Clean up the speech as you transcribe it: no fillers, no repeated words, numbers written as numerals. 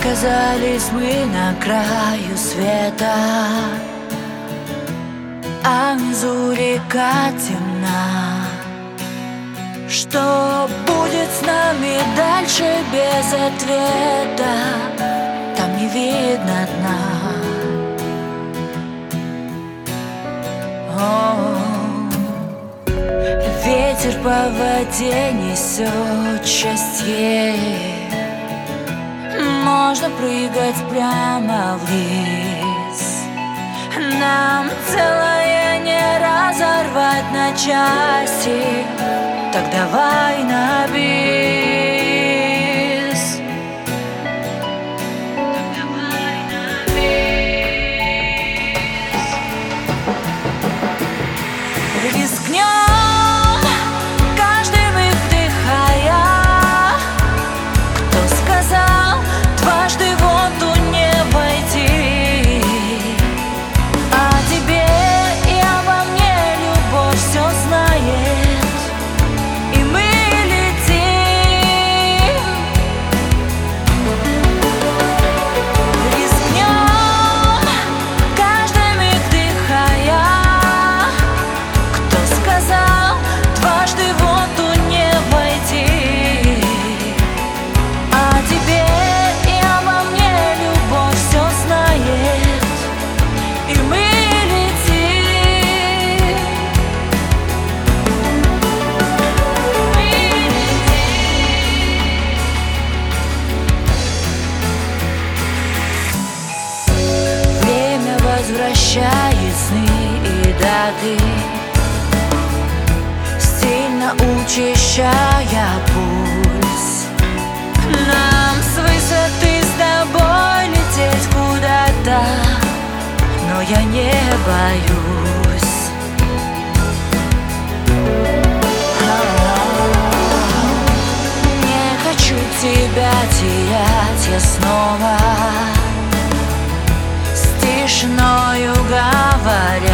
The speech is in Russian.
Оказались мы на краю света, а внизу река темна. Что будет с нами дальше без ответа? Там не видно дна. Ветер по воде несет счастье. Можно прыгать прямо вниз. Нам целое не разорвать на части. Так давай на бис. Так давай на бис. Рискнем каждым их вдыхая. Кто сказал дважды в воду не войти? О тебе и обо мне любовь все знает. Возвращает сны и даты, сильно учащая пульс. Нам с высоты с тобой лететь куда-то, но я не боюсь. Не хочу тебя терять я снова. Тишиною говоря,